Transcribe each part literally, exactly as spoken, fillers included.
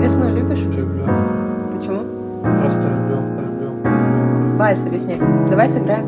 весну любишь? Люблю. Почему? Просто люблю, люблю, люблю. Вальс о весне. Давай сыграем.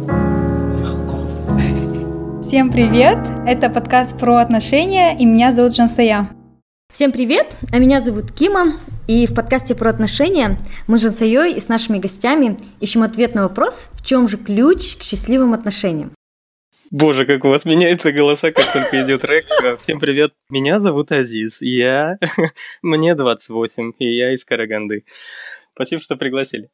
Легко. Всем привет! Это подкаст про отношения, и меня зовут Жансая. Всем привет! А меня зовут Кима, и в подкасте про отношения мы с Жансаей и с нашими гостями ищем ответ на вопрос, в чем же ключ к счастливым отношениям. Боже, как у вас меняются голоса, как только идет рэк. Всем привет, меня зовут Азиз, я... мне двадцать восемь, и я из Караганды. Спасибо, что пригласили.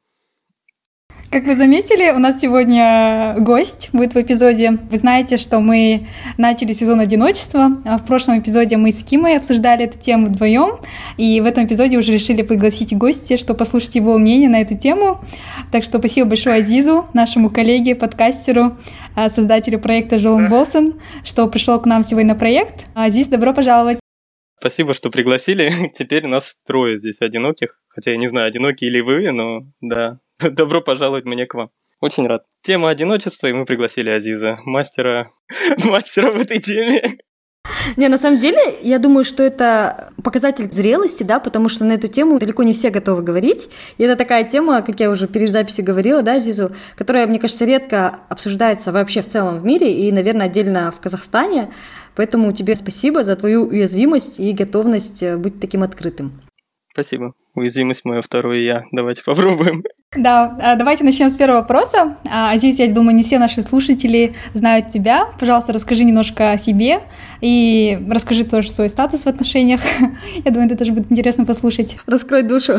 Как вы заметили, у нас сегодня гость будет в эпизоде. Вы знаете, что мы начали сезон одиночества. В прошлом эпизоде мы с Кимой обсуждали эту тему вдвоем, и в этом эпизоде уже решили пригласить гостя, чтобы послушать его мнение на эту тему. Так что спасибо большое Азизу, нашему коллеге, подкастеру, создателю проекта Жолом Болсон, что пришел к нам сегодня на проект. Азиз, добро пожаловать. Спасибо, что пригласили. Теперь нас трое здесь одиноких. Хотя я не знаю, одинокие ли вы, но да, добро пожаловать мне к вам. Очень рад. Тема одиночества, и мы пригласили Азиза, мастера, мастера в этой теме. Не, на самом деле, я думаю, что это показатель зрелости, да, потому что на эту тему далеко не все готовы говорить. И это такая тема, как я уже перед записью говорила, да, Азизу, которая, мне кажется, редко обсуждается вообще в целом в мире и, наверное, отдельно в Казахстане. Поэтому тебе спасибо за твою уязвимость и готовность быть таким открытым. Спасибо. Уязвимость моя, второе я. Давайте попробуем. Да, давайте начнем с первого вопроса. Азиз, я думаю, не все наши слушатели знают тебя. Пожалуйста, расскажи немножко о себе и расскажи тоже свой статус в отношениях. Я думаю, это тоже будет интересно послушать. Раскрой душу.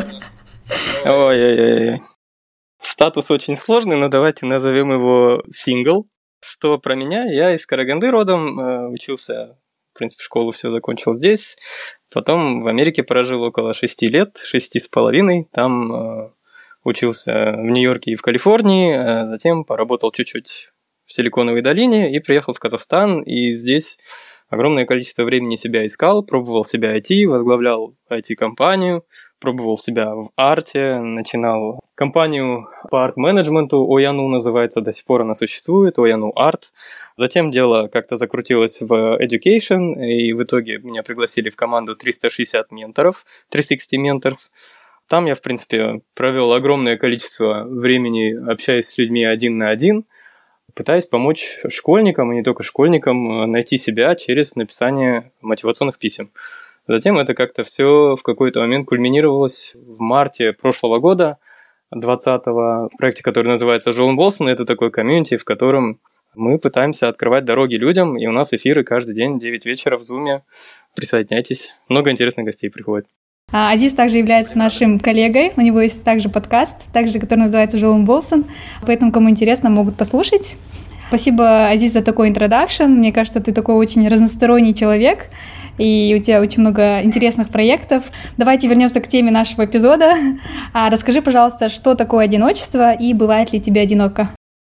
Ой-ой-ой. Статус очень сложный, но давайте назовем его сингл. Что про меня? Я из Караганды родом, учился, в принципе, школу все закончил здесь. Потом в Америке прожил около шести лет, шести с половиной. Там учился в Нью-Йорке и в Калифорнии, затем поработал чуть-чуть в Силиконовой долине и приехал в Казахстан. И здесь огромное количество времени себя искал, пробовал себя ай ти, возглавлял ай ти-компанию, пробовал себя в арте, начинал компанию по арт-менеджменту, Ояну называется, до сих пор она существует, Ояну Арт. Затем дело как-то закрутилось в education, и в итоге меня пригласили в команду триста шестьдесят менторов, триста шестьдесят Mentors. Там я, в принципе, провел огромное количество времени, общаясь с людьми один на один, пытаясь помочь школьникам, и не только школьникам, найти себя через написание мотивационных писем. Затем это как-то все в какой-то момент кульминировалось в марте прошлого года, двадцатого, в проекте, который называется Жолом Болсон. Это такой комьюнити, в котором мы пытаемся открывать дороги людям, и у нас эфиры каждый день, девять вечера в Зуме. Присоединяйтесь. Много интересных гостей приходит. Азиз также является нашим коллегой, у него есть также подкаст, также, который называется Жолом Болсон, поэтому, кому интересно, могут послушать. Спасибо, Азиз, за такой интродакшн. Мне кажется, ты такой очень разносторонний человек, и у тебя очень много интересных проектов. Давайте вернемся к теме нашего эпизода. Расскажи, пожалуйста, что такое одиночество и бывает ли тебе одиноко?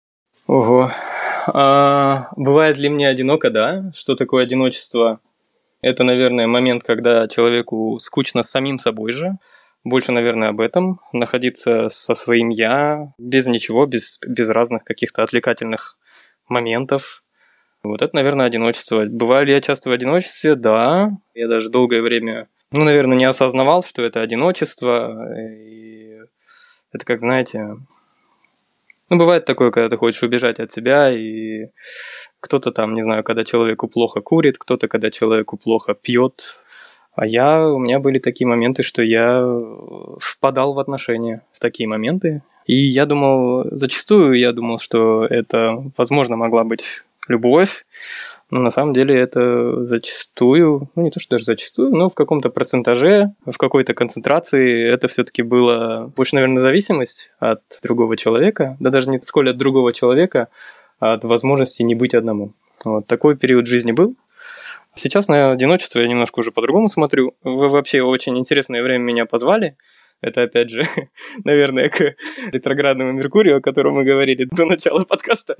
Ого. А, бывает ли мне одиноко, да? Что такое одиночество? Это, наверное, момент, когда человеку скучно с самим собой же. Больше, наверное, об этом. Находиться со своим «я», без ничего, без, без разных каких-то отвлекательных моментов. Вот это, наверное, одиночество. Бываю ли я часто в одиночестве? Да. Я даже долгое время, ну, наверное, не осознавал, что это одиночество. И это, как, знаете... Ну, бывает такое, когда ты хочешь убежать от себя, и кто-то там, не знаю, когда человеку плохо курит, кто-то, когда человеку плохо пьет. А я, у меня были такие моменты, что я впадал в отношения в такие моменты. И я думал, зачастую я думал, что это, возможно, могла быть любовь, но на самом деле это зачастую, ну не то что даже зачастую, но в каком-то процентаже, в какой-то концентрации это все-таки было больше, наверное, зависимость от другого человека, да даже не сколь от другого человека, а от возможности не быть одному. Вот такой период жизни был. Сейчас на одиночество я немножко уже по-другому смотрю. Вы вообще очень интересное время меня позвали. Это, опять же, наверное, к ретроградному Меркурию, о котором мы говорили до начала подкаста.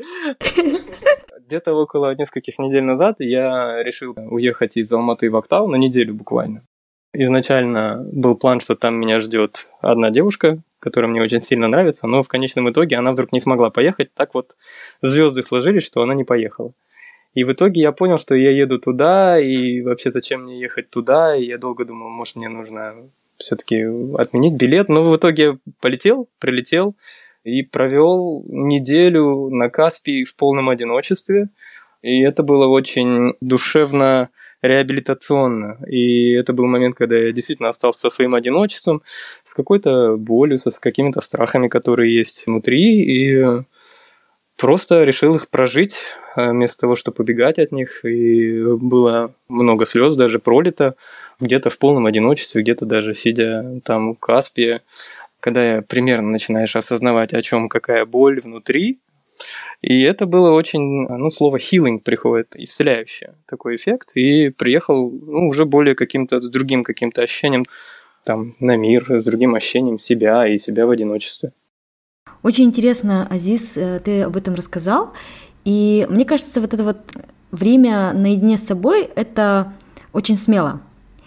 Где-то около нескольких недель назад я решил уехать из Алматы в Актау на неделю буквально. Изначально был план, что там меня ждет одна девушка, которая мне очень сильно нравится, но в конечном итоге она вдруг не смогла поехать. Так вот звезды сложились, что она не поехала. И в итоге я понял, что я еду туда, и вообще зачем мне ехать туда, и я долго думал, может, мне нужно все-таки отменить билет. Но в итоге полетел, прилетел и провел неделю на Каспии в полном одиночестве. И это было очень душевно реабилитационно. И это был момент, когда я действительно остался со своим одиночеством, с какой-то болью, с какими-то страхами, которые есть внутри, и просто решил их прожить вместо того, чтобы убегать от них. И было много слез даже пролито, где-то в полном одиночестве, где-то даже сидя там в Каспии, когда я примерно начинаешь осознавать, о чем какая боль внутри. И это было очень, ну, слово healing приходит, исцеляющее такой эффект. И приехал, ну, уже более каким-то, с другим каким-то ощущением там на мир, с другим ощущением себя и себя в одиночестве. Очень интересно, Азиз, ты об этом рассказал. И мне кажется, вот это вот время наедине с собой – это очень смело.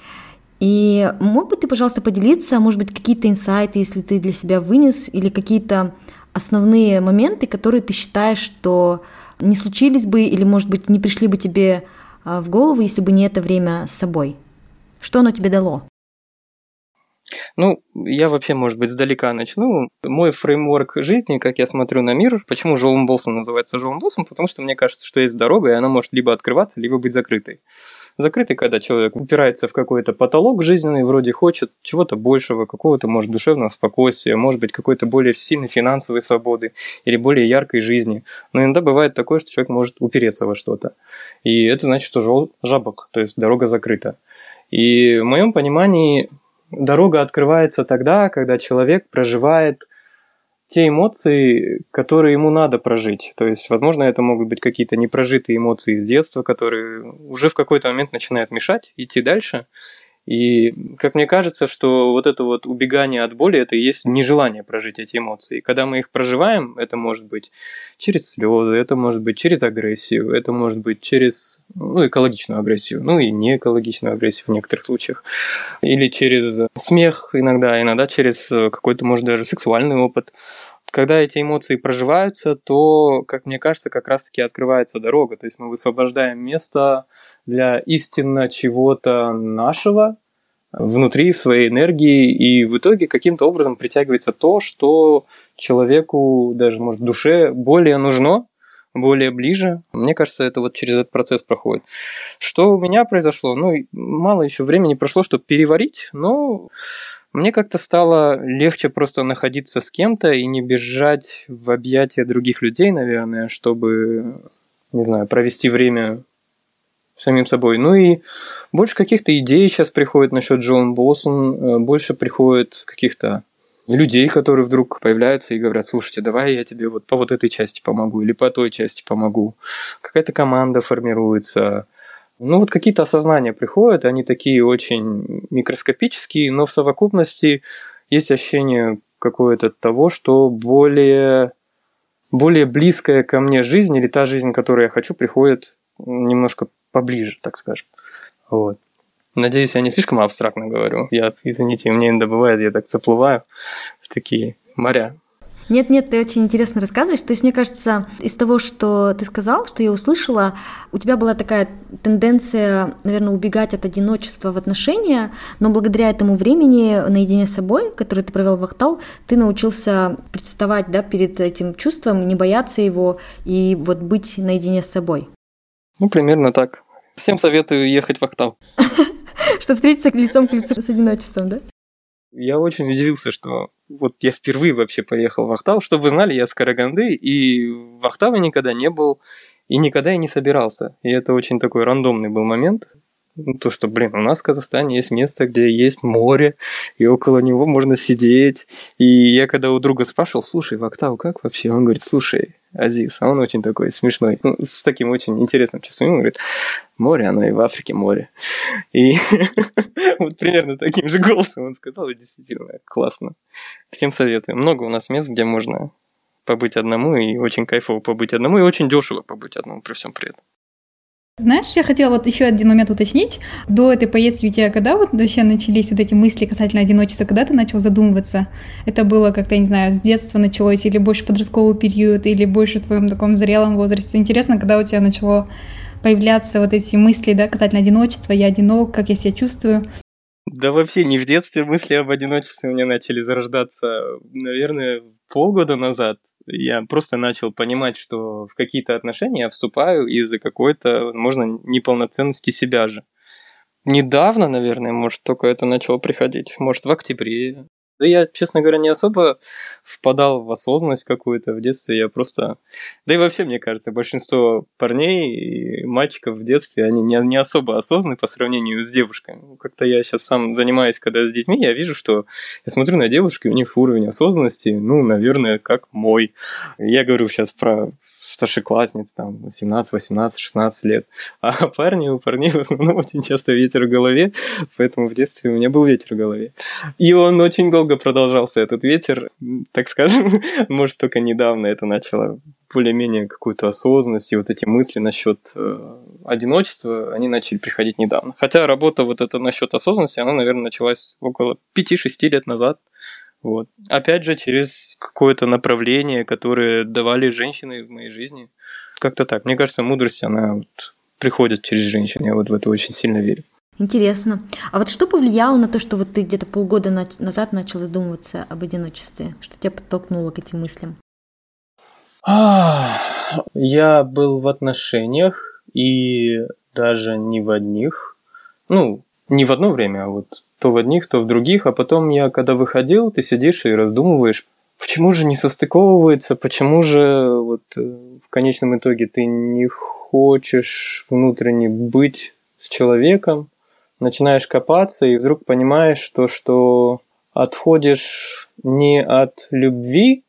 И мог бы ты, пожалуйста, поделиться, может быть, какие-то инсайты, если ты для себя вынес, или какие-то основные моменты, которые ты считаешь, что не случились бы или, может быть, не пришли бы тебе в голову, если бы не это время с собой? Что оно тебе дало? Ну, я вообще, может быть, сдалека начну. Мой фреймворк жизни, как я смотрю на мир, почему Жоэлом Болсом называется Жоэлом Болсом? Потому что мне кажется, что есть дорога, и она может либо открываться, либо быть закрытой. Закрытый, когда человек упирается в какой-то потолок жизненный, вроде хочет чего-то большего, какого-то, может, душевного спокойствия, может быть, какой-то более сильной финансовой свободы или более яркой жизни. Но иногда бывает такое, что человек может упереться во что-то. И это значит, что жол жабок, то есть дорога закрыта. И в моем понимании дорога открывается тогда, когда человек проживает те эмоции, которые ему надо прожить. То есть, возможно, это могут быть какие-то непрожитые эмоции из детства, которые уже в какой-то момент начинают мешать идти дальше. И, как мне кажется, что вот это вот убегание от боли, это и есть нежелание прожить эти эмоции. И когда мы их проживаем, это может быть через слезы, это может быть через агрессию, это может быть через, ну, экологичную агрессию, ну и неэкологичную агрессию в некоторых случаях. Или через смех иногда, иногда через какой-то, может, даже сексуальный опыт. Когда эти эмоции проживаются, то, как мне кажется, как раз-таки открывается дорога. То есть мы высвобождаем место для истинно чего-то нашего внутри, в своей энергии, и в итоге каким-то образом притягивается то, что человеку, даже, может, в душе более нужно, более ближе. Мне кажется, это вот через этот процесс проходит. Что у меня произошло? Ну, мало еще времени прошло, чтобы переварить, но мне как-то стало легче просто находиться с кем-то и не бежать в объятия других людей, наверное, чтобы, не знаю, провести время самим собой. Ну и больше каких-то идей сейчас приходит насчет Джоэн Болсон, больше приходит каких-то людей, которые вдруг появляются и говорят: слушайте, давай я тебе вот по вот этой части помогу или по той части помогу. Какая-то команда формируется. Ну вот какие-то осознания приходят, они такие очень микроскопические, но в совокупности есть ощущение какое-то того, что более, более близкая ко мне жизнь или та жизнь, которую я хочу, приходит немножко поближе, так скажем. Вот. Надеюсь, я не слишком абстрактно говорю. Я, извините, мне иногда бывает, я так заплываю в такие моря. Нет-нет, ты очень интересно рассказываешь. То есть, мне кажется, из того, что ты сказал, что я услышала, у тебя была такая тенденция, наверное, убегать от одиночества в отношения, но благодаря этому времени наедине с собой, которое ты провел в Актау, ты научился представать, да, перед этим чувством, не бояться его и вот быть наедине с собой. Ну, примерно так. Всем советую ехать в Актау. Чтобы встретиться лицом к лицу с одиночеством, да? Я очень удивился, что вот я впервые вообще поехал в Актау. Чтобы вы знали, я с Караганды, и в Актау никогда не был, и никогда и не собирался. И это очень такой рандомный был момент. То, что, блин, у нас в Казахстане есть место, где есть море, и около него можно сидеть. И я когда у друга спрашивал: слушай, в Актау как вообще? Он говорит: слушай, Азиз, а он очень такой смешной, ну, с таким очень интересным чувством. Он говорит: море, оно и в Африке море. И вот примерно таким же голосом он сказал, и действительно классно. Всем советую. Много у нас мест, где можно побыть одному, и очень кайфово побыть одному, и очень дешево побыть одному при всем при этом. Знаешь, я хотела вот еще один момент уточнить. До этой поездки у тебя когда вот вообще начались вот эти мысли касательно одиночества? Когда ты начал задумываться? Это было как-то, я не знаю, с детства началось, или больше подростковый период, или больше в твоем таком зрелом возрасте? Интересно, когда у тебя начало появляться вот эти мысли, да, касательно одиночества, я одинок, как я себя чувствую? Да вообще не в детстве мысли об одиночестве у меня начали зарождаться, наверное, полгода назад. Я просто начал понимать, что в какие-то отношения я вступаю из-за какой-то, возможно, неполноценности себя же. Недавно, наверное, может, только это начало приходить. Может, в октябре. Да я, честно говоря, не особо впадал в осознанность какую-то в детстве. Я просто... Да и вообще, мне кажется, большинство парней и мальчиков в детстве, они не, не особо осознаны по сравнению с девушками. Как-то я сейчас сам занимаюсь, когда с детьми, я вижу, что я смотрю на девушек, и у них уровень осознанности, ну, наверное, как мой. Я говорю сейчас про старшеклассниц, там, семнадцать, восемнадцать, шестнадцать лет. А парни, у парней в основном очень часто ветер в голове, поэтому в детстве у меня был ветер в голове. И он очень долго продолжался, этот ветер, так скажем, может, только недавно это начало более-менее какую-то осознанность, и вот эти мысли насчет э, одиночества, они начали приходить недавно. Хотя работа вот эта насчет осознанности, она, наверное, началась около пяти-шести лет назад. Вот. Опять же, через какое-то направление, которое давали женщины в моей жизни. Как-то так. Мне кажется, мудрость, она вот приходит через женщин. Я вот в это очень сильно верю. Интересно. А вот что повлияло на то, что вот ты где-то полгода на- назад начал задумываться об одиночестве? Что тебя подтолкнуло к этим мыслям? Я был в отношениях, и даже не в одних. Ну, не в одно время, а вот то в одних, то в других. А потом я, когда выходил, ты сидишь и раздумываешь, почему же не состыковывается, почему же вот в конечном итоге ты не хочешь внутренне быть с человеком, начинаешь копаться и вдруг понимаешь, что, что отходишь не от любви,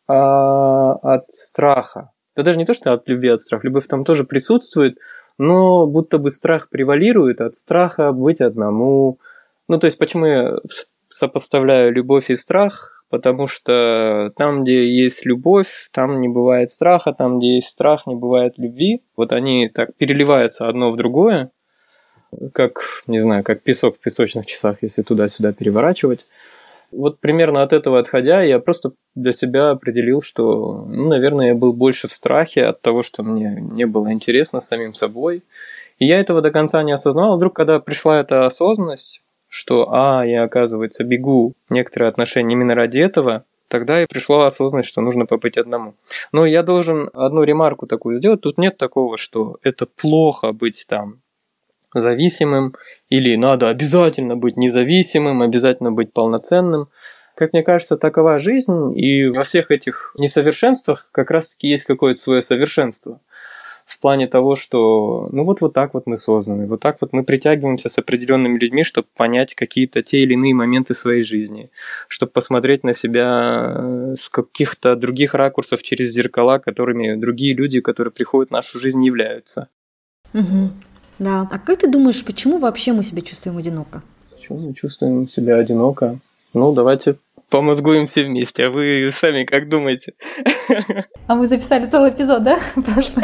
а от страха. Да даже не то, что от любви, а от страха. Любовь там тоже присутствует, но будто бы страх превалирует от страха быть одному. Ну, то есть, почему я сопоставляю любовь и страх? Потому что там, где есть любовь, там не бывает страха, там, где есть страх, не бывает любви. Вот они так переливаются одно в другое, как, не знаю, как песок в песочных часах, если туда-сюда переворачивать. Вот примерно от этого отходя, я просто для себя определил, что, ну, наверное, я был больше в страхе от того, что мне не было интересно самим собой. И я этого до конца не осознавал. Вдруг, когда пришла эта осознанность, что, а, я, оказывается, бегу некоторые отношения именно ради этого, тогда и пришла осознанность, что нужно побыть одному. Но я должен одну ремарку такую сделать. Тут нет такого, что это плохо быть там зависимым, или надо обязательно быть независимым, обязательно быть полноценным. Как мне кажется, такова жизнь, и во всех этих несовершенствах как раз-таки есть какое-то свое совершенство. В плане того, что ну вот, вот так вот мы созданы, вот так вот мы притягиваемся с определенными людьми, чтобы понять какие-то те или иные моменты своей жизни, чтобы посмотреть на себя с каких-то других ракурсов через зеркала, которыми другие люди, которые приходят в нашу жизнь, являются. Угу. Да. А как ты думаешь, почему вообще мы себя чувствуем одиноко? Почему мы чувствуем себя одиноко? Ну, давайте помозгуем все вместе, а вы сами как думаете? А мы записали целый эпизод, да? Прошлый.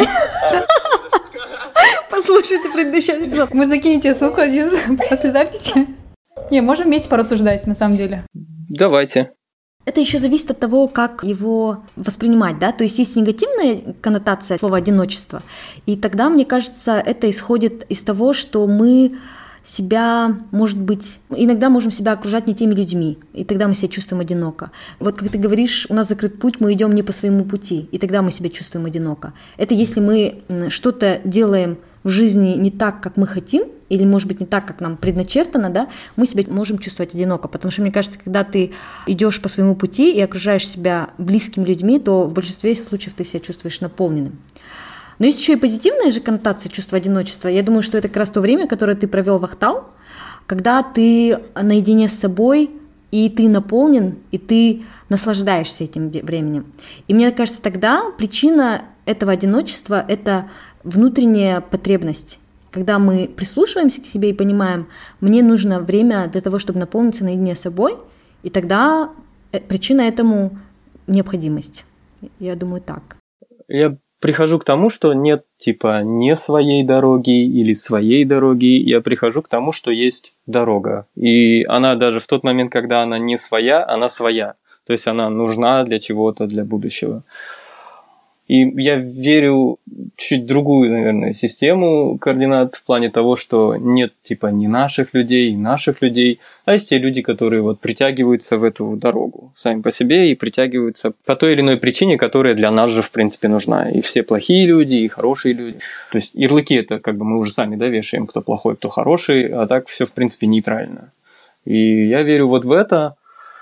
Послушайте предыдущий эпизод. Мы закинем тебе ссылку, Азиз, после записи. Не, можем вместе порассуждать, на самом деле. Давайте. Это еще зависит от того, как его воспринимать, да, то есть есть негативная коннотация слова «одиночество», и тогда, мне кажется, это исходит из того, что мы себя, может быть, иногда можем себя окружать не теми людьми, и тогда мы себя чувствуем одиноко. Вот как ты говоришь, у нас закрыт путь, мы идем не по своему пути, и тогда мы себя чувствуем одиноко. Это если мы что-то делаем в жизни не так, как мы хотим, или, может быть, не так, как нам предначертано, да, мы себя можем чувствовать одиноко. Потому что, мне кажется, когда ты идешь по своему пути и окружаешь себя близкими людьми, то в большинстве случаев ты себя чувствуешь наполненным. Но есть еще и позитивная же коннотация чувства одиночества. Я думаю, что это как раз то время, которое ты провел в Ахтау, когда ты наедине с собой, и ты наполнен, и ты наслаждаешься этим временем. И мне кажется, тогда причина этого одиночества – это внутренняя потребность. Когда мы прислушиваемся к себе и понимаем, мне нужно время для того, чтобы наполниться наедине с собой, и тогда причина этому необходимость. Я думаю, так. Я прихожу к тому, что нет типа не своей дороги или своей дороги. Я прихожу к тому, что есть дорога. И она даже в тот момент, когда она не своя, она своя. То есть она нужна для чего-то, для будущего. И я верю чуть другую, наверное, систему координат в плане того, что нет типа ни наших людей, ни наших людей, а есть те люди, которые вот притягиваются в эту дорогу сами по себе и притягиваются по той или иной причине, которая для нас же в принципе нужна. И все плохие люди, и хорошие люди. То есть ярлыки это как бы мы уже сами, да, вешаем, кто плохой, кто хороший, а так все в принципе нейтрально. И я верю вот в это.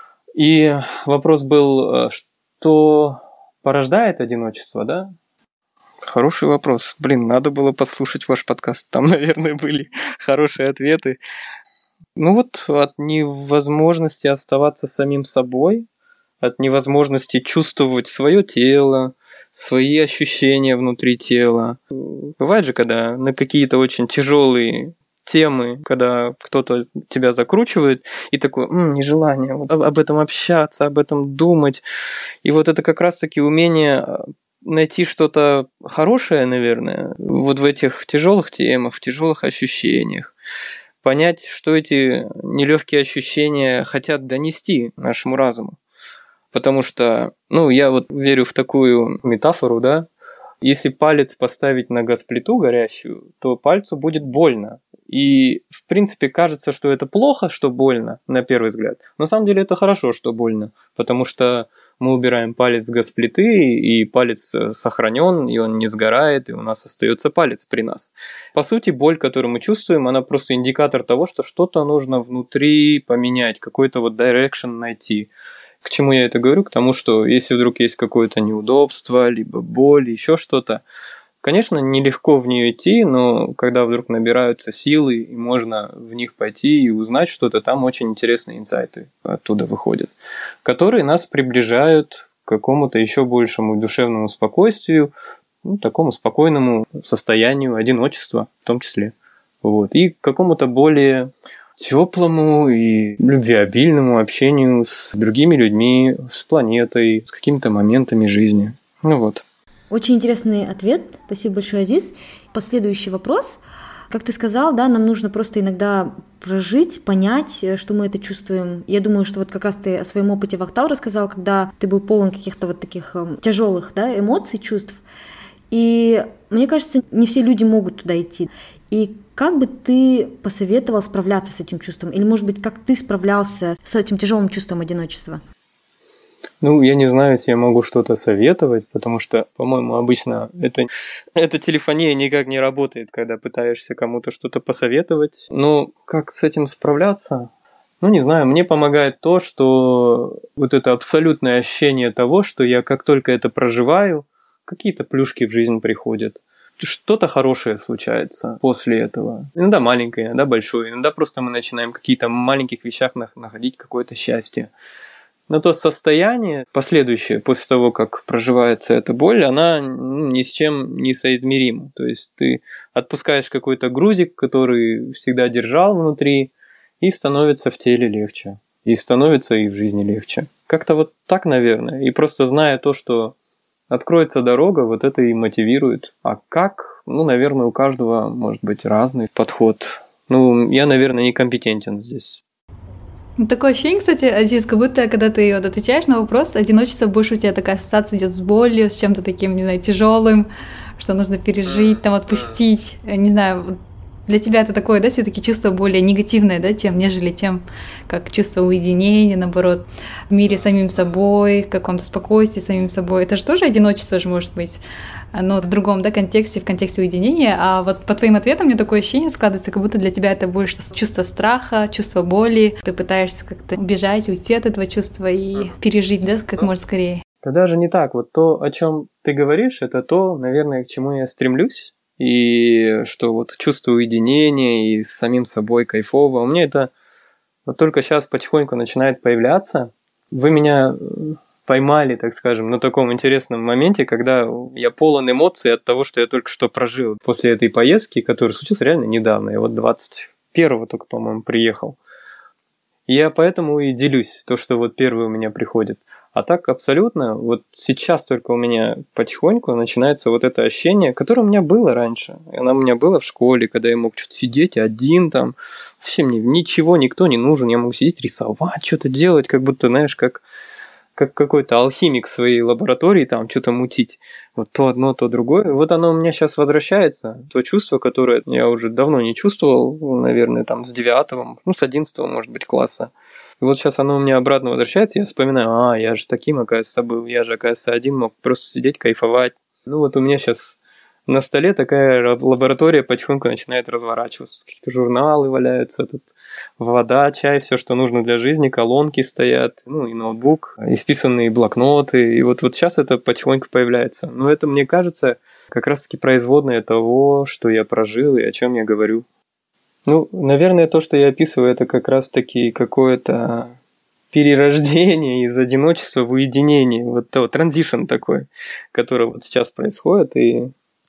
И вопрос был, что порождает одиночество, да? Хороший вопрос. Блин, надо было послушать ваш подкаст. Там, наверное, были хорошие ответы. Ну вот от невозможности оставаться самим собой, от невозможности чувствовать свое тело, свои ощущения внутри тела. Бывает же, когда на какие-то очень тяжелые темы, когда кто-то тебя закручивает, и такое м-м, нежелание об этом общаться, об этом думать. И вот это как раз-таки умение найти что-то хорошее, наверное, вот в этих тяжелых темах, в тяжелых ощущениях. Понять, что эти нелегкие ощущения хотят донести нашему разуму. Потому что, ну, я вот верю в такую метафору, да, если палец поставить на газплиту горящую, то пальцу будет больно. И, в принципе, кажется, что это плохо, что больно, на первый взгляд. Но на самом деле это хорошо, что больно, потому что мы убираем палец с газплиты, и палец сохранен, и он не сгорает, и у нас остается палец при нас. По сути, боль, которую мы чувствуем, она просто индикатор того, что что-то нужно внутри поменять, какой-то вот direction найти. К чему я это говорю? К тому, что если вдруг есть какое-то неудобство, либо боль, еще что-то, конечно, нелегко в нее идти, но когда вдруг набираются силы, и можно в них пойти и узнать что-то, там очень интересные инсайты оттуда выходят, которые нас приближают к какому-то еще большему душевному спокойствию, ну, такому спокойному состоянию одиночества в том числе. Вот. И к какому-то более теплому и любвеобильному общению с другими людьми, с планетой, с какими-то моментами жизни. Ну вот. Очень интересный ответ. Спасибо большое, Азиз. Последующий вопрос. Как ты сказал, да, нам нужно просто иногда прожить, понять, что мы это чувствуем. Я думаю, что вот как раз ты о своем опыте в Ахтау рассказал, когда ты был полон каких-то вот таких тяжелых, да, эмоций, чувств. И мне кажется, не все люди могут туда идти. И как бы ты посоветовал справляться с этим чувством? Или, может быть, как ты справлялся с этим тяжелым чувством одиночества? Ну, я не знаю, если я могу что-то советовать, потому что, по-моему, обычно это, эта телефония никак не работает, когда пытаешься кому-то что-то посоветовать. Но как с этим справляться? Ну, не знаю, мне помогает то, что вот это абсолютное ощущение того, что я как только это проживаю, какие-то плюшки в жизнь приходят. Что-то хорошее случается после этого. Иногда маленькое, иногда большое. Иногда просто мы начинаем в каких-то маленьких вещах находить какое-то счастье. Но то состояние последующее, после того, как проживается эта боль, она ну, ни с чем не соизмерима. То есть ты отпускаешь какой-то грузик, который всегда держал внутри, и становится в теле легче. И становится и в жизни легче. Как-то вот так, наверное. И просто зная то, что откроется дорога, вот это и мотивирует. А как? Ну, наверное, у каждого может быть разный подход. Ну, я, наверное, некомпетентен здесь. Такое ощущение, кстати, Азиз, как будто, когда ты вот отвечаешь на вопрос, одиночество больше у тебя такая ассоциация идет с болью, с чем-то таким, не знаю, тяжелым, что нужно пережить, там, отпустить. Не знаю, для тебя это такое, да, все-таки чувство более негативное, да, чем нежели тем, как чувство уединения, наоборот, в мире самим собой, в каком-то спокойствии самим собой. Это же тоже одиночество же может быть, но в другом, да, контексте, в контексте уединения. А вот по твоим ответам мне такое ощущение складывается, как будто для тебя это больше чувство страха, чувство боли. Ты пытаешься как-то убежать, уйти от этого чувства и пережить, да, как можно скорее. Да даже не так. Вот то, о чем ты говоришь, это то, наверное, к чему я стремлюсь. И что вот чувство уединения и с самим собой кайфово. У меня это вот только сейчас потихоньку начинает появляться. Вы меня поймали, так скажем, на таком интересном моменте, когда я полон эмоций от того, что я только что прожил после этой поездки, которая случилась реально недавно. Я вот двадцать первого только, по-моему, приехал. И я поэтому и делюсь, то, что вот первое у меня приходит. А так абсолютно, вот сейчас только у меня потихоньку начинается вот это ощущение, которое у меня было раньше. Оно у меня было в школе, когда я мог что-то сидеть один там. Вообще мне ничего, никто не нужен. Я могу сидеть, рисовать, что-то делать, как будто, знаешь, как как какой-то алхимик в своей лаборатории, там что-то мутить. Вот то одно, то другое. Вот оно у меня сейчас возвращается. То чувство, которое я уже давно не чувствовал, наверное, там с девятого, ну, с одиннадцатого, может быть, класса. И вот сейчас оно у меня обратно возвращается, я вспоминаю, а, я же таким, оказывается, был, я же, оказывается, один мог просто сидеть, кайфовать. Ну, вот у меня сейчас на столе такая лаборатория потихоньку начинает разворачиваться. Какие-то журналы валяются, тут вода, чай, все, что нужно для жизни, колонки стоят, ну и ноутбук, исписанные блокноты. И вот, вот сейчас это потихоньку появляется. Но это, мне кажется, как раз-таки производное того, что я прожил и о чем я говорю. Ну, наверное, то, что я описываю, это как раз-таки какое-то перерождение из одиночества в уединение. Вот то, транзишн такой, который вот сейчас происходит. И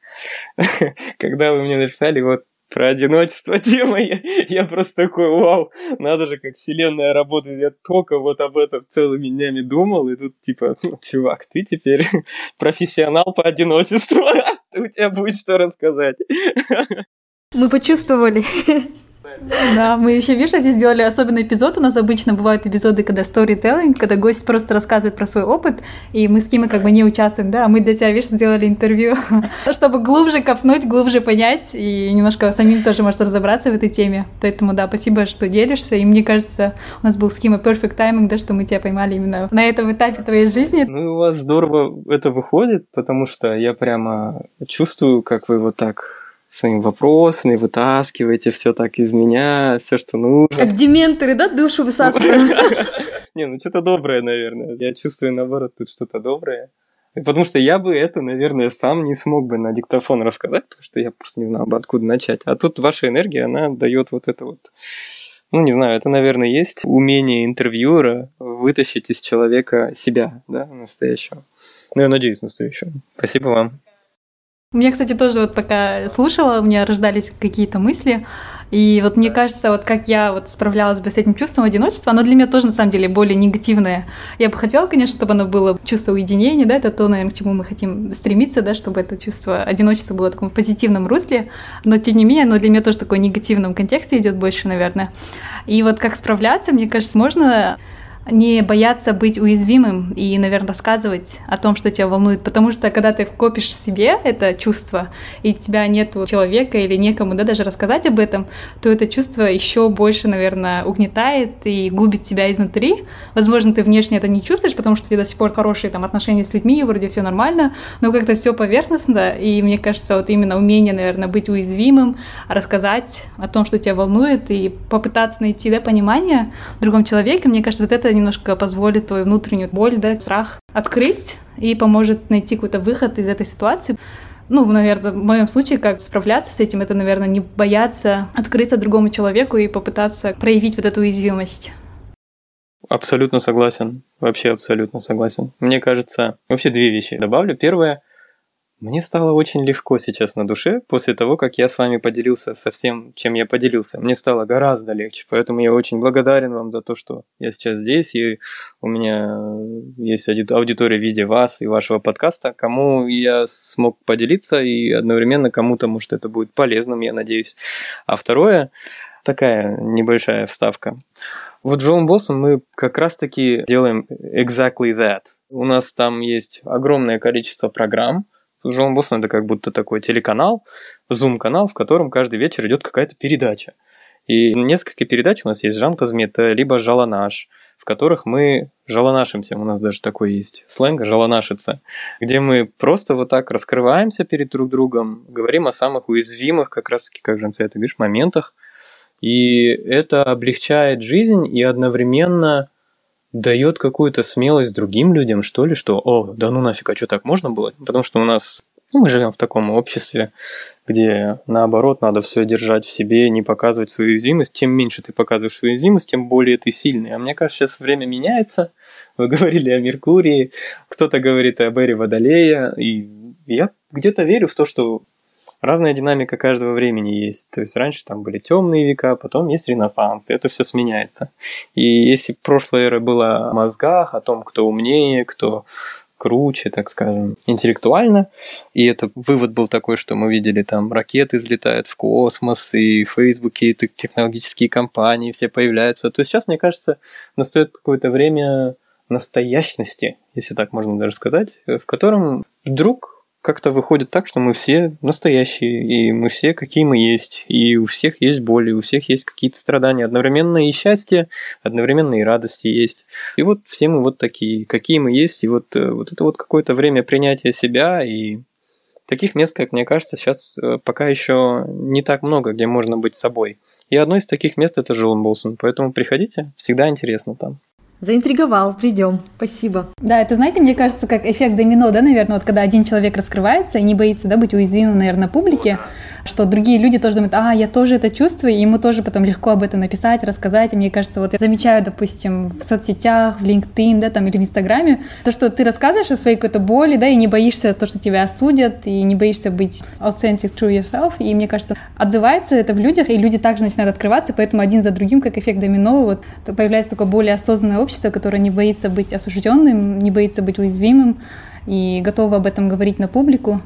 когда вы мне написали вот про одиночество тема, я, я просто такой, вау, надо же, как вселенная работает. Я только вот об этом целыми днями думал, и тут типа, ну, чувак, ты теперь профессионал по одиночеству, у тебя будет что рассказать. Мы почувствовали. Да, мы еще, видишь, здесь сделали особенный эпизод. У нас обычно бывают эпизоды, когда storytelling, когда гость просто рассказывает про свой опыт, и мы с Кимой как бы не участвуем, да, а мы для тебя, видишь, сделали интервью, чтобы глубже копнуть, глубже понять, и немножко самим тоже, может, разобраться в этой теме. Поэтому, да, спасибо, что делишься, и мне кажется, у нас был с Кимой perfect timing, да, что мы тебя поймали именно на этом этапе твоей жизни. Ну, и у вас здорово это выходит, потому что я прямо чувствую, как вы вот так своими вопросами вытаскиваете все так из меня, все, что нужно. Как дементоры, да, душу высасывают? Не, ну что-то доброе, наверное. Я чувствую, наоборот, тут что-то доброе. Потому что я бы это, наверное, сам не смог бы на диктофон рассказать, потому что я просто не знал бы, откуда начать. А тут ваша энергия, она дает вот это вот... Ну, не знаю, это, наверное, есть умение интервьюера вытащить из человека себя, да, настоящего. Ну, я надеюсь, настоящего. Спасибо вам. У меня, кстати, тоже вот пока слушала, у меня рождались какие-то мысли, и вот мне кажется, вот как я вот справлялась бы с этим чувством одиночества, оно для меня тоже, на самом деле, более негативное. Я бы хотела, конечно, чтобы оно было чувство уединения, да, это то, наверное, к чему мы хотим стремиться, да, чтобы это чувство одиночества было в таком позитивном русле, но, тем не менее, оно для меня тоже в таком негативном контексте идет больше, наверное. И вот как справляться, мне кажется, можно... не бояться быть уязвимым и, наверное, рассказывать о том, что тебя волнует, потому что когда ты копишь в себе это чувство, и у тебя нет человека или некому, да, даже рассказать об этом, то это чувство еще больше, наверное, угнетает и губит тебя изнутри. Возможно, ты внешне это не чувствуешь, потому что у тебя до сих пор хорошие там отношения с людьми, вроде все нормально, но как-то все поверхностно, и мне кажется, вот именно умение, наверное, быть уязвимым, рассказать о том, что тебя волнует, и попытаться найти, да, понимание в другом человеке, мне кажется, вот это немножко позволит твою внутреннюю боль, да, страх открыть и поможет найти какой-то выход из этой ситуации. Ну, наверное, в моем случае, как справляться с этим, это, наверное, не бояться открыться другому человеку и попытаться проявить вот эту уязвимость. Абсолютно согласен. Вообще абсолютно согласен. Мне кажется, вообще две вещи добавлю. Первое. Мне стало очень легко сейчас на душе после того, как я с вами поделился со всем, чем я поделился. Мне стало гораздо легче, поэтому я очень благодарен вам за то, что я сейчас здесь, и у меня есть аудитория в виде вас и вашего подкаста, кому я смог поделиться, и одновременно кому-то, может, это будет полезным, я надеюсь. А второе, такая небольшая вставка. Вот в Джоан Боссон мы как раз-таки делаем exactly that. У нас там есть огромное количество программ. Джоан Боссон — это как будто такой телеканал, зум-канал, в котором каждый вечер идет какая-то передача. И несколько передач у нас есть «Жан Казмет», либо «Жаланаш», в которых мы жаланашимся, у нас даже такой есть сленг «жаланашиться», где мы просто вот так раскрываемся перед друг другом, говорим о самых уязвимых, как раз-таки, как Жан это говоришь, моментах. И это облегчает жизнь и одновременно дает какую-то смелость другим людям, что ли, что «О, да ну нафиг, а что, так можно было?» Потому что у нас, ну, мы живем в таком обществе, где, наоборот, надо все держать в себе, не показывать свою уязвимость. Чем меньше ты показываешь свою уязвимость, тем более ты сильный. А мне кажется, сейчас время меняется. Вы говорили о Меркурии, кто-то говорит об эре Водолея, и я где-то верю в то, что разная динамика каждого времени есть. То есть раньше там были темные века, потом есть Ренессанс, и это все сменяется. И если прошлая эра была о мозгах, о том, кто умнее, кто круче, так скажем, интеллектуально, и это вывод был такой, что мы видели там ракеты взлетают в космос, и в Фейсбуке технологические компании все появляются, то сейчас, мне кажется, настает какое-то время настоящности, если так можно даже сказать, в котором вдруг как-то выходит так, что мы все настоящие, и мы все какие мы есть, и у всех есть боли, у всех есть какие-то страдания, одновременно и счастье, одновременно и радости есть. И вот все мы вот такие, какие мы есть, и вот, вот это вот какое-то время принятия себя, и таких мест, как мне кажется, сейчас пока еще не так много, где можно быть собой. И одно из таких мест – это Джоэл Болсон, поэтому приходите, всегда интересно там. Заинтриговал, придем. Спасибо. Да, это, знаете, мне кажется, как эффект домино, да, наверное, вот когда один человек раскрывается и не боится, да, быть уязвимым, наверное, на публике, что другие люди тоже думают, а, я тоже это чувствую, и ему тоже потом легко об этом написать, рассказать. И мне кажется, вот я замечаю, допустим, в соцсетях, в LinkedIn, да, там, или в Инстаграме, то, что ты рассказываешь о своей какой-то боли, да, и не боишься то, что тебя осудят, и не боишься быть authentic, true yourself, и мне кажется, отзывается это в людях, и люди также начинают открываться, поэтому один за другим, как эффект домино, вот появляется такое более осознанное общество, которое не боится быть осужденным, не боится быть уязвимым и готово об этом говорить на публику.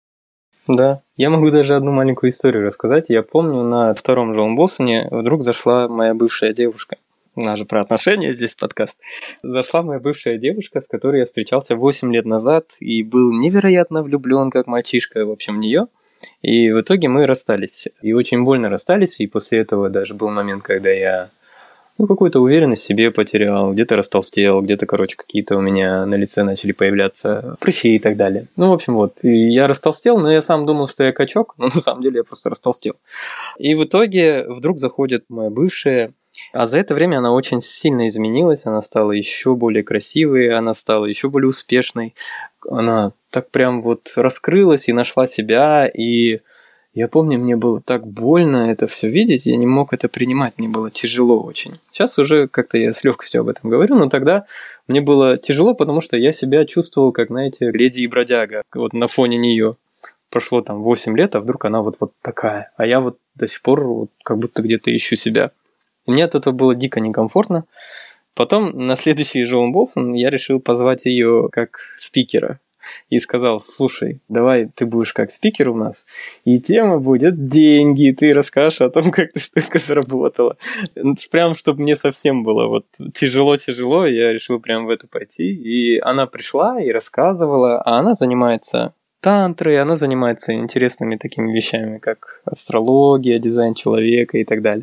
Да, я могу даже одну маленькую историю рассказать. Я помню, на втором Джоэл Болсоне вдруг зашла моя бывшая девушка. У нас же про отношения здесь подкаст. Зашла моя бывшая девушка, с которой я встречался восемь лет назад и был невероятно влюблен, как мальчишка, в общем, в нее. И в итоге мы расстались. И очень больно расстались, и после этого даже был момент, когда я ну, какую-то уверенность в себе потерял, где-то растолстел, где-то, короче, какие-то у меня на лице начали появляться прыщи и так далее. Ну, в общем, вот. И я растолстел, но я сам думал, что я качок, но на самом деле я просто растолстел. И в итоге вдруг заходит моя бывшая, а за это время она очень сильно изменилась, она стала еще более красивой, она стала еще более успешной, она так прям вот раскрылась и нашла себя, и я помню, мне было так больно это все видеть, я не мог это принимать, мне было тяжело очень. Сейчас уже как-то я с легкостью об этом говорю, но тогда мне было тяжело, потому что я себя чувствовал, как, знаете, леди и бродяга, вот на фоне нее. Прошло там восемь лет, а вдруг она вот, вот такая, а я вот до сих пор вот как будто где-то ищу себя. И мне от этого было дико некомфортно. Потом на следующий Джоэл Болсон я решил позвать ее как спикера. И сказал, слушай, давай ты будешь как спикер у нас, и тема будет деньги, ты расскажешь о том, как ты столько заработала. Прям, чтобы мне совсем было вот тяжело-тяжело, я решил прям в это пойти. И она пришла и рассказывала, а она занимается тантрой, она занимается интересными такими вещами, как астрология, дизайн человека и так далее.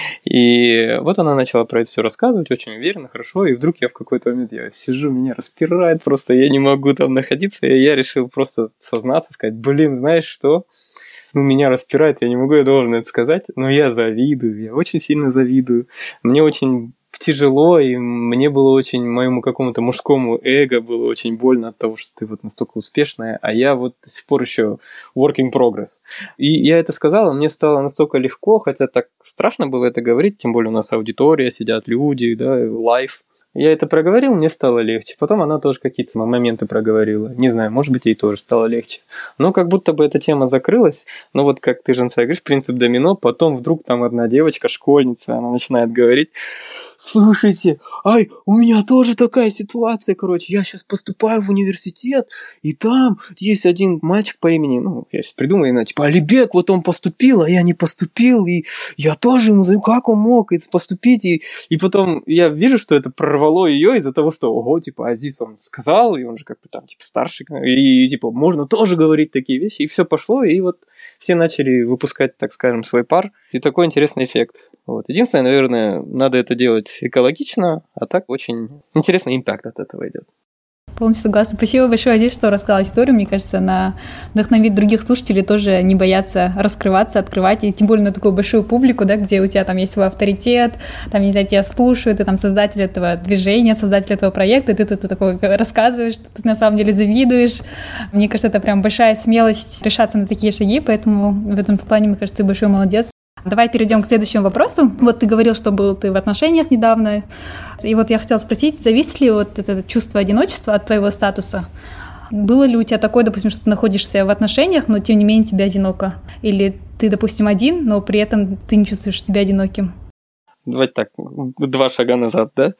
И вот она начала про это все рассказывать, очень уверенно, хорошо, и вдруг я в какой-то момент я сижу, меня распирает просто, я не могу там находиться, и я решил просто сознаться, сказать, блин, знаешь что, ну меня распирает, я не могу, я должен это сказать, но я завидую, я очень сильно завидую, мне очень тяжело, и мне было очень, моему какому-то мужскому эго было очень больно от того, что ты вот настолько успешная, а я вот до сих пор еще work in progress. И я это сказал, мне стало настолько легко, хотя так страшно было это говорить, тем более у нас аудитория, сидят люди, да, лайв. Я это проговорил, мне стало легче. Потом она тоже какие-то моменты проговорила. Не знаю, может быть, ей тоже стало легче. Но как будто бы эта тема закрылась. Но вот как ты, Женца, говоришь, принцип домино. Потом вдруг там одна девочка, школьница, она начинает говорить, слушайте, ай, у меня тоже такая ситуация, короче, я сейчас поступаю в университет, и там есть один мальчик по имени, ну, я сейчас придумаю, ну, типа, Алибек, вот он поступил, а я не поступил, и я тоже ему знаю, как он мог поступить, и, и потом я вижу, что это прорвало ее из-за того, что, ого, типа, Азиз он сказал, и он же как бы там, типа, старший, и, и типа, можно тоже говорить такие вещи, и все пошло, и вот все начали выпускать, так скажем, свой пар, и такой интересный эффект. Вот. Единственное, наверное, надо это делать экологично, а так очень интересный импакт от этого идет. Полностью согласна. Спасибо большое, Азиз, что рассказала историю. Мне кажется, она вдохновит других слушателей тоже не бояться раскрываться, открывать, и тем более на такую большую публику, да, где у тебя там есть свой авторитет, там, не знаю, тебя слушают, ты там создатель этого движения, создатель этого проекта, и ты тут такой рассказываешь, что ты на самом деле завидуешь. Мне кажется, это прям большая смелость решаться на такие шаги, поэтому в этом плане, мне кажется, ты большой молодец. Давай перейдем к следующему вопросу. Вот ты говорил, что был ты в отношениях недавно, и вот я хотела спросить, зависит ли вот это чувство одиночества от твоего статуса? Было ли у тебя такое, допустим, что ты находишься в отношениях, но тем не менее тебе одиноко? Или ты, допустим, один, но при этом ты не чувствуешь себя одиноким? Давайте так, два шага назад, да?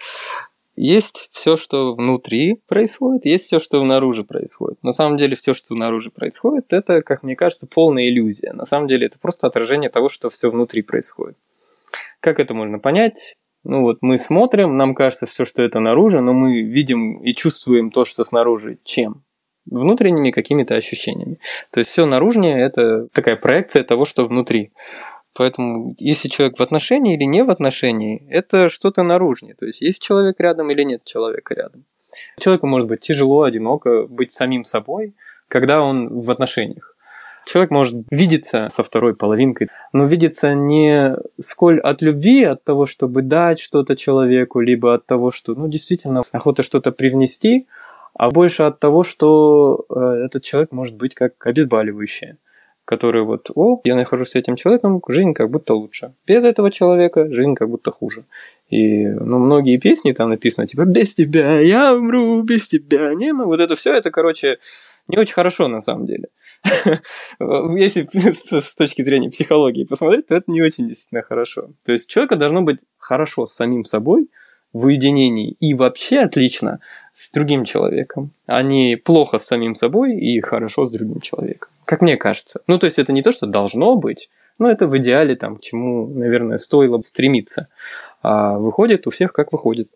Есть все, что внутри происходит, есть все, что снаружи происходит. На самом деле, все, что снаружи происходит, это, как мне кажется, полная иллюзия. На самом деле, это просто отражение того, что все внутри происходит. Как это можно понять? Ну вот мы смотрим, нам кажется все, что это наружу, но мы видим и чувствуем то, что снаружи. Чем? Внутренними какими-то ощущениями. То есть все наружнее – это такая проекция того, что внутри. Поэтому если человек в отношении или не в отношении, это что-то наружнее. То есть есть человек рядом или нет человека рядом. Человеку может быть тяжело, одиноко быть самим собой, когда он в отношениях. Человек может видеться со второй половинкой, но видеться не сколь от любви, от того, чтобы дать что-то человеку, либо от того, что ну, действительно охота что-то привнести, а больше от того, что э, этот человек может быть как обезболивающее, который вот, о, я нахожусь с этим человеком, жизнь как будто лучше. Без этого человека жизнь как будто хуже. И ну, многие песни там написаны, типа, без тебя я умру, без тебя не могу. Вот это все, это, короче, не очень хорошо на самом деле. Если с точки зрения психологии посмотреть, то это не очень действительно хорошо. То есть человеку должно быть хорошо с самим собой, в уединении и вообще отлично с другим человеком, а не плохо с самим собой и хорошо с другим человеком. Как мне кажется. Ну, то есть это не то, что должно быть, но это в идеале там, к чему, наверное, стоило стремиться. А выходит у всех как выходит.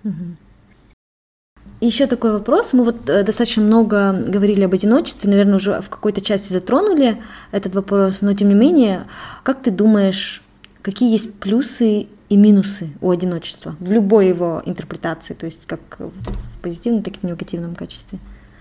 Еще такой вопрос. Мы вот достаточно много говорили об одиночестве, наверное, уже в какой-то части затронули этот вопрос, но тем не менее, как ты думаешь, какие есть плюсы и минусы у одиночества в любой его интерпретации, то есть как в позитивном, так и в негативном качестве?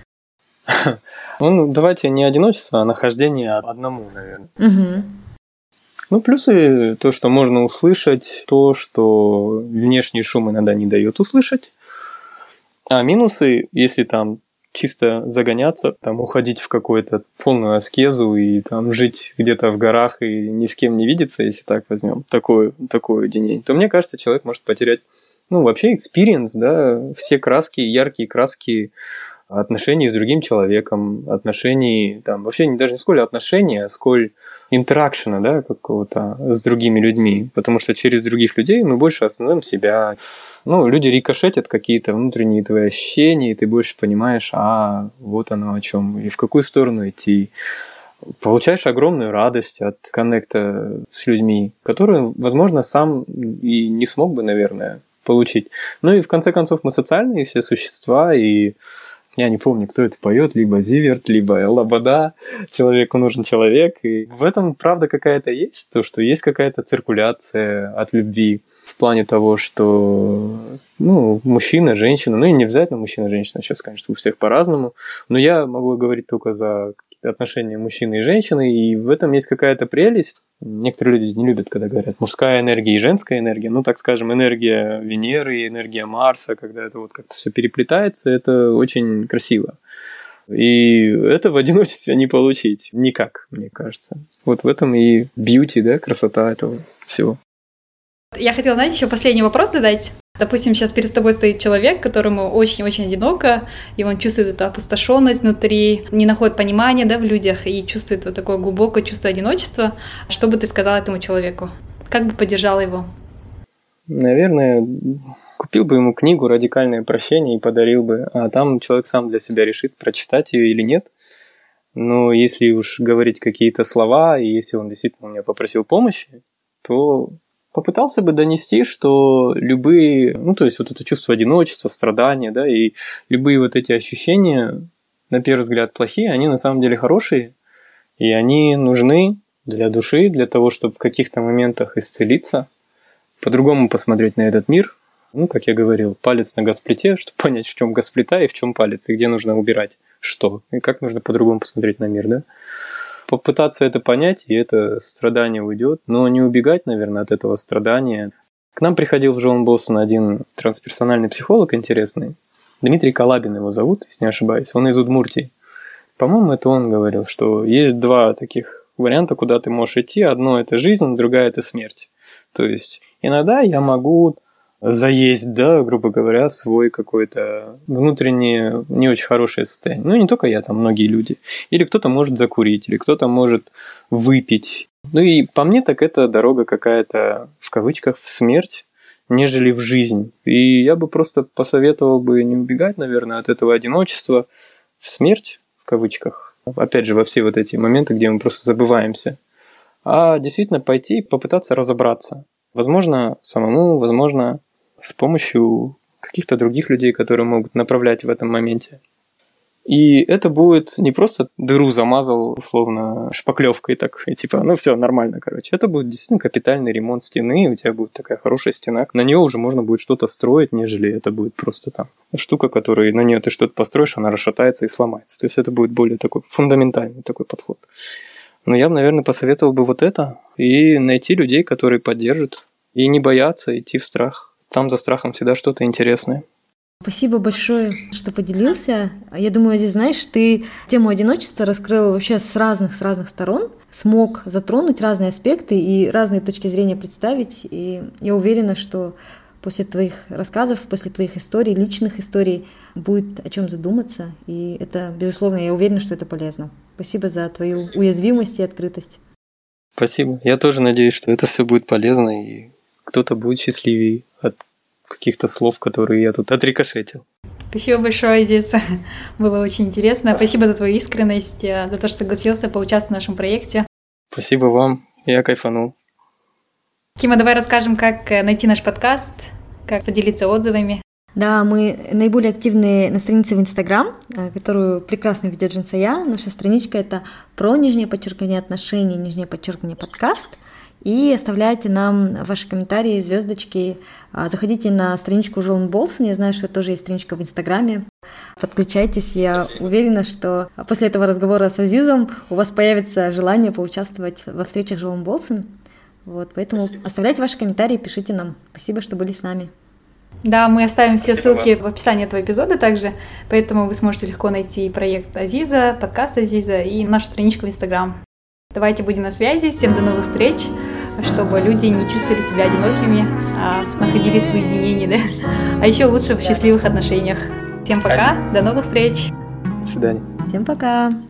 Ну, давайте не одиночество, а нахождение одному, наверное. Угу. Ну, плюсы то, что можно услышать, то, что внешний шум иногда не дает услышать. А минусы, если там чисто загоняться, там уходить в какую-то полную аскезу и там жить где-то в горах и ни с кем не видеться, если так возьмем, такое, такое уединение, то мне кажется, человек может потерять, ну, вообще экспириенс, да, все краски, яркие краски отношений с другим человеком, отношений, там, вообще не, даже не сколь отношения, а сколь интеракшена, да, какого-то с другими людьми, потому что через других людей мы больше осознаем себя. Ну, люди рикошетят какие-то внутренние твои ощущения, и ты больше понимаешь, а, вот оно о чем, и в какую сторону идти. Получаешь огромную радость от коннекта с людьми, которую, возможно, сам и не смог бы, наверное, получить. Ну и в конце концов мы социальные все существа, и я не помню, кто это поет, либо Зиверт, либо Лобода, человеку нужен человек. И в этом правда какая-то есть, то, что есть какая-то циркуляция от любви в плане того, что ну, мужчина, женщина, ну и не обязательно мужчина, женщина, сейчас, конечно, у всех по-разному, но я могу говорить только за отношения мужчины и женщины, и в этом есть какая-то прелесть. Некоторые люди не любят, когда говорят мужская энергия и женская энергия, ну, так скажем, энергия Венеры, энергия Марса, когда это вот как-то все переплетается, это очень красиво. И это в одиночестве не получить никак, мне кажется. Вот в этом и бьюти, да, красота этого всего. Я хотела, знаете, еще последний вопрос задать. Допустим, сейчас перед тобой стоит человек, которому очень-очень одиноко, и он чувствует эту опустошенность внутри, не находит понимания, да, в людях и чувствует вот такое глубокое чувство одиночества. Что бы ты сказала этому человеку? Как бы поддержала его? Наверное, купил бы ему книгу «Радикальное прощение» и подарил бы, а там человек сам для себя решит, прочитать ее или нет. Но если уж говорить какие-то слова, и если он действительно у меня попросил помощи, то попытался бы донести, что любые, ну, то есть вот это чувство одиночества, страдания, да, и любые вот эти ощущения, на первый взгляд, плохие, они на самом деле хорошие, и они нужны для души, для того, чтобы в каких-то моментах исцелиться, по-другому посмотреть на этот мир. Ну, как я говорил, палец на газплите, чтобы понять, в чем газплита и в чем палец, и где нужно убирать что, и как нужно по-другому посмотреть на мир, да. Попытаться это понять, и это страдание уйдет, но не убегать, наверное, от этого страдания. К нам приходил в Джон Боссон один трансперсональный психолог интересный, Дмитрий Калабин его зовут, если не ошибаюсь, он из Удмуртии. По-моему, это он говорил, что есть два таких варианта, куда ты можешь идти. Одно – это жизнь, другая – это смерть. То есть иногда я могу заесть, да, грубо говоря, свой какой-то внутреннее не очень хорошее состояние. Ну, не только я, там многие люди. Или кто-то может закурить, или кто-то может выпить. Ну и по мне так это дорога какая-то, в кавычках, в смерть, нежели в жизнь. И я бы просто посоветовал бы не убегать, наверное, от этого одиночества в смерть, в кавычках. Опять же, во все вот эти моменты, где мы просто забываемся. А действительно пойти и попытаться разобраться. Возможно, самому, возможно, с помощью каких-то других людей, которые могут направлять в этом моменте. И это будет не просто дыру замазал, условно, шпаклевкой, так, и типа, ну все, нормально, короче. Это будет действительно капитальный ремонт стены, у тебя будет такая хорошая стена. На нее уже можно будет что-то строить, нежели это будет просто там штука, которой на нее ты что-то построишь, она расшатается и сломается. То есть это будет более такой фундаментальный такой подход. Но я бы, наверное, посоветовал бы вот это и найти людей, которые поддержат, и не бояться идти в страх. Там за страхом всегда что-то интересное. Спасибо большое, что поделился. Я думаю, здесь, знаешь, ты тему одиночества раскрыл вообще с разных, с разных сторон, смог затронуть разные аспекты и разные точки зрения представить. И я уверена, что после твоих рассказов, после твоих историй, личных историй будет о чем задуматься. И это, безусловно, я уверена, что это полезно. Спасибо за твою уязвимость и открытость. Спасибо. Я тоже надеюсь, что это все будет полезно, и кто-то будет счастливее от каких-то слов, которые я тут отрикошетил. Спасибо большое, Азиз. Было очень интересно. Спасибо за твою искренность, за то, что согласился поучаствовать в нашем проекте. Спасибо вам. Я кайфанул. Кима, давай расскажем, как найти наш подкаст, как поделиться отзывами. Да, мы наиболее активны на странице в Инстаграм, которую прекрасно ведет Джинсая. Наша страничка — это про нижнее подчеркивание отношений, нижнее подчеркивание подкаст. И оставляйте нам ваши комментарии, звездочки. Заходите на страничку Жолн Болсон. Я знаю, что тоже есть страничка в Инстаграме. Подключайтесь. Я уверена, что после этого разговора с Азизом у вас появится желание поучаствовать во встречах Жолн Болсон. Вот, поэтому Спасибо. Оставляйте ваши комментарии, пишите нам. Спасибо, что были с нами. Да, мы оставим все Спасибо ссылки вам. в описании этого эпизода также, поэтому вы сможете легко найти проект Азиза, подкаст Азиза и нашу страничку в Инстаграм. Давайте будем на связи. Всем до новых встреч, чтобы люди не чувствовали себя одинокими, а находились в уединении, да? А еще лучше в счастливых отношениях. Всем пока, до новых встреч. До свидания. Всем пока.